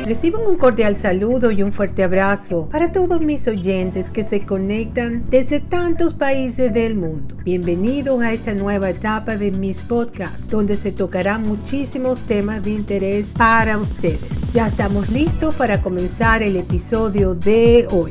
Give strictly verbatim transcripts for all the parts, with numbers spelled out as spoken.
Reciban un cordial saludo y un fuerte abrazo para todos mis oyentes que se conectan desde tantos países del mundo. Bienvenidos a esta nueva etapa de mis podcasts, donde se tocarán muchísimos temas de interés para ustedes. Ya estamos listos para comenzar el episodio de hoy.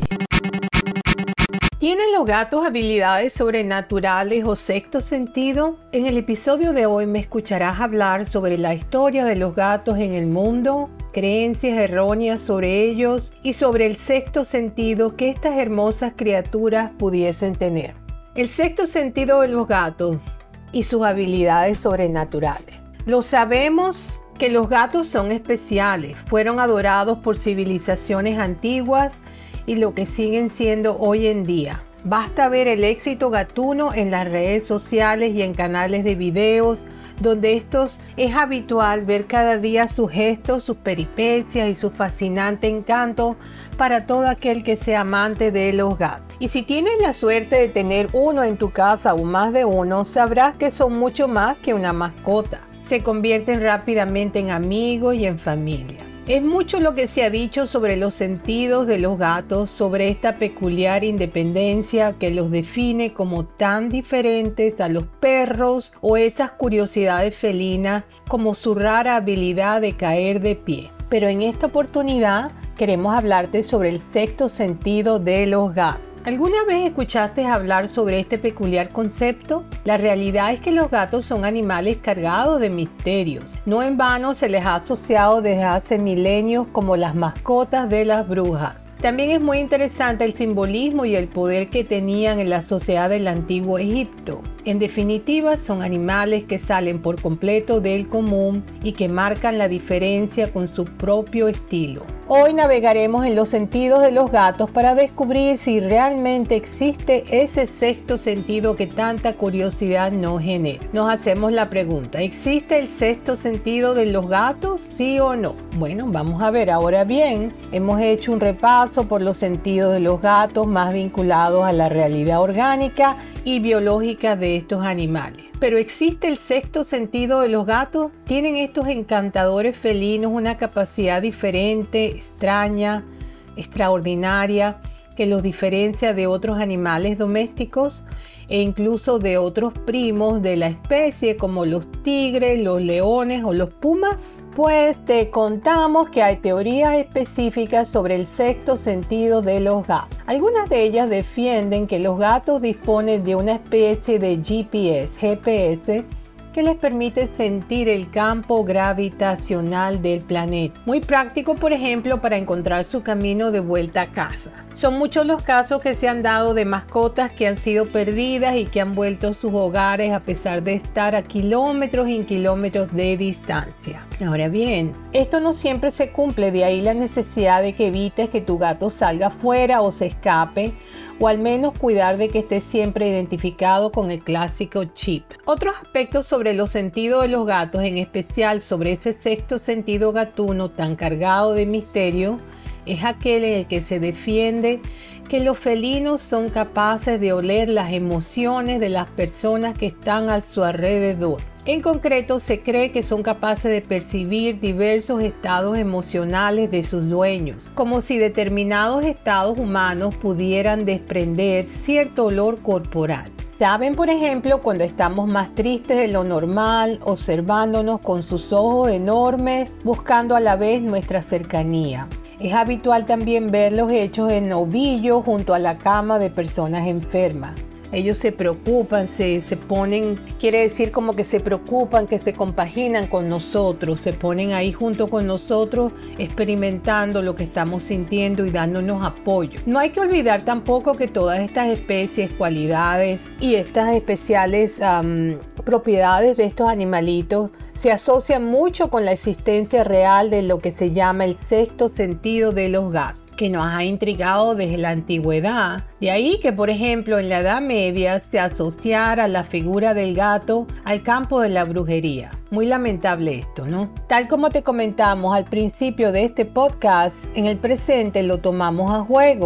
¿Tienen los gatos habilidades sobrenaturales o sexto sentido? En el episodio de hoy me escucharás hablar sobre la historia de los gatos en el mundo, creencias erróneas sobre ellos y sobre el sexto sentido que estas hermosas criaturas pudiesen tener. El sexto sentido de los gatos y sus habilidades sobrenaturales. Lo sabemos que los gatos son especiales, fueron adorados por civilizaciones antiguas y lo que siguen siendo hoy en día. Basta ver el éxito gatuno en las redes sociales y en canales de videos, donde estos es habitual ver cada día sus gestos, sus peripecias y su fascinante encanto para todo aquel que sea amante de los gatos. Y si tienes la suerte de tener uno en tu casa o más de uno, sabrás que son mucho más que una mascota. Se convierten rápidamente en amigos y en familia. Es mucho lo que se ha dicho sobre los sentidos de los gatos, sobre esta peculiar independencia que los define como tan diferentes a los perros o esas curiosidades felinas como su rara habilidad de caer de pie. Pero en esta oportunidad queremos hablarte sobre el sexto sentido de los gatos. ¿Alguna vez escuchaste hablar sobre este peculiar concepto? La realidad es que los gatos son animales cargados de misterios. No en vano se les ha asociado desde hace milenios como las mascotas de las brujas. También es muy interesante el simbolismo y el poder que tenían en la sociedad del antiguo Egipto. En definitiva, son animales que salen por completo del común y que marcan la diferencia con su propio estilo. Hoy navegaremos en los sentidos de los gatos para descubrir si realmente existe ese sexto sentido que tanta curiosidad nos genera. Nos hacemos la pregunta, ¿existe el sexto sentido de los gatos? ¿Sí o no? Bueno, vamos a ver. Ahora bien, hemos hecho un repaso por los sentidos de los gatos más vinculados a la realidad orgánica y biológica de estos animales. Pero ¿existe el sexto sentido de los gatos? ¿Tienen estos encantadores felinos una capacidad diferente, extraña, extraordinaria, que los diferencia de otros animales domésticos e incluso de otros primos de la especie como los tigres, los leones o los pumas? Pues te contamos que hay teorías específicas sobre el sexto sentido de los gatos. Algunas de ellas defienden que los gatos disponen de una especie de G P S, G P S, que les permite sentir el campo gravitacional del planeta. Muy práctico, por ejemplo, para encontrar su camino de vuelta a casa. Son muchos los casos que se han dado de mascotas que han sido perdidas y que han vuelto a sus hogares a pesar de estar a kilómetros y kilómetros de distancia. Ahora bien, esto no siempre se cumple, de ahí la necesidad de que evites que tu gato salga fuera o se escape, o al menos cuidar de que esté siempre identificado con el clásico chip. Otros aspectos sobre los sentidos de los gatos, en especial sobre ese sexto sentido gatuno tan cargado de misterio, es aquel en el que se defiende que los felinos son capaces de oler las emociones de las personas que están a su alrededor. En concreto, se cree que son capaces de percibir diversos estados emocionales de sus dueños, como si determinados estados humanos pudieran desprender cierto olor corporal. Saben, por ejemplo, cuando estamos más tristes de lo normal, observándonos con sus ojos enormes, buscando a la vez nuestra cercanía. Es habitual también verlos hechos en ovillos junto a la cama de personas enfermas. Ellos se preocupan, se, se ponen, quiere decir como que se preocupan, que se compaginan con nosotros, se ponen ahí junto con nosotros experimentando lo que estamos sintiendo y dándonos apoyo. No hay que olvidar tampoco que todas estas especies, cualidades y estas especiales um, propiedades de estos animalitos se asocian mucho con la existencia real de lo que se llama el sexto sentido de los gatos, que nos ha intrigado desde la antigüedad. De ahí que, por ejemplo, en la Edad Media se asociara la figura del gato al campo de la brujería. Muy lamentable esto, ¿no? Tal como te comentamos al principio de este podcast, en el presente lo tomamos a juego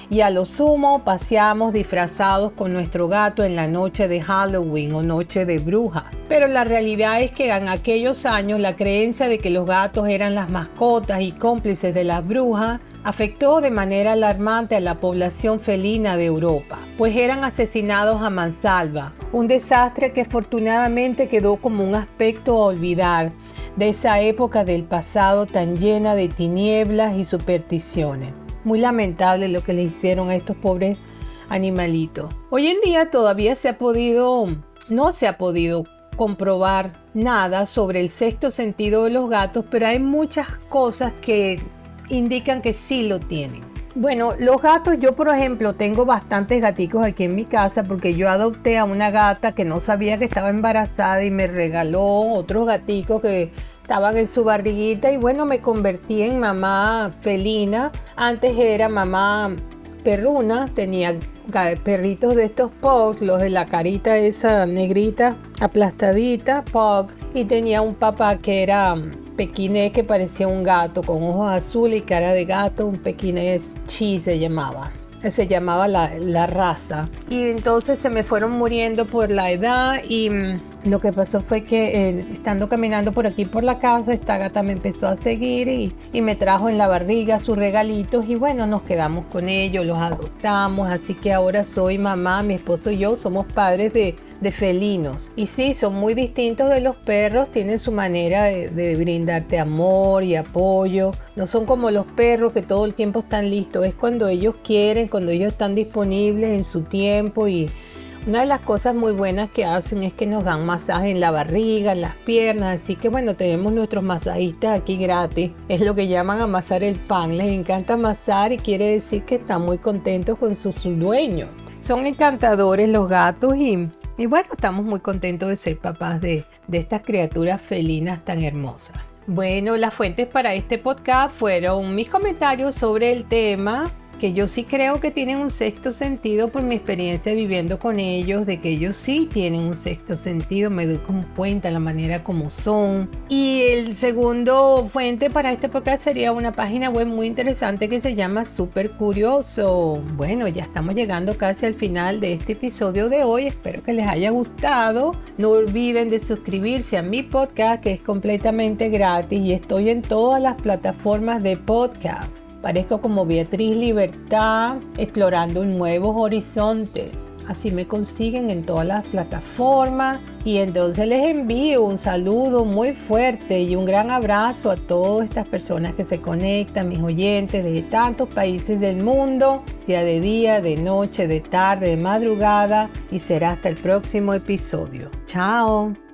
y a lo sumo paseamos disfrazados con nuestro gato en la noche de Halloween o noche de bruja. Pero la realidad es que en aquellos años la creencia de que los gatos eran las mascotas y cómplices de las brujas afectó de manera alarmante a la población felina de Europa, pues eran asesinados a mansalva, un desastre que afortunadamente quedó como un aspecto a olvidar de esa época del pasado tan llena de tinieblas y supersticiones. Muy lamentable lo que le hicieron a estos pobres animalitos. Hoy en día todavía se ha podido, no se ha podido comprobar nada sobre el sexto sentido de los gatos, pero hay muchas cosas que indican que sí lo tienen. Bueno, los gatos, yo por ejemplo tengo bastantes gaticos aquí en mi casa porque yo adopté a una gata que no sabía que estaba embarazada y me regaló otros gaticos que estaban en su barriguita y bueno, me convertí en mamá felina. Antes era mamá perruna, tenía perritos de estos pug, los de la carita esa negrita aplastadita, pug, y tenía un papá que era pequinés que parecía un gato con ojos azules y cara de gato, un pequinés chi se llamaba. Se llamaba la, la raza. Y entonces se me fueron muriendo por la edad y mmm, lo que pasó fue que eh, estando caminando por aquí por la casa, esta gata me empezó a seguir y, y me trajo en la barriga sus regalitos y bueno, nos quedamos con ellos, los adoptamos, así que ahora soy mamá, mi esposo y yo somos padres de, de felinos. Y sí, son muy distintos de los perros, tienen su manera de, de brindarte amor y apoyo. No son como los perros que todo el tiempo están listos, es cuando ellos quieren, cuando ellos están disponibles en su tiempo. Y una de las cosas muy buenas que hacen es que nos dan masaje en la barriga, en las piernas, así que bueno, tenemos nuestros masajistas aquí gratis, es lo que llaman amasar el pan, les encanta amasar y quiere decir que están muy contentos con su, su dueño. Son encantadores los gatos y, y bueno, estamos muy contentos de ser papás de, de estas criaturas felinas tan hermosas. Bueno, las fuentes para este podcast fueron mis comentarios sobre el tema, que yo sí creo que tienen un sexto sentido por mi experiencia viviendo con ellos, de que ellos sí tienen un sexto sentido, me doy como cuenta la manera como son. Y el segundo fuente para este podcast sería una página web muy interesante que se llama Súper Curioso. Bueno, ya estamos llegando casi al final de este episodio de hoy, espero que les haya gustado. No olviden de suscribirse a mi podcast que es completamente gratis y estoy en todas las plataformas de podcast. Parezco como Beatriz Libertad, explorando nuevos horizontes. Así me consiguen en todas las plataformas. Y entonces les envío un saludo muy fuerte y un gran abrazo a todas estas personas que se conectan, mis oyentes de tantos países del mundo, sea de día, de noche, de tarde, de madrugada. Y será hasta el próximo episodio. Chao.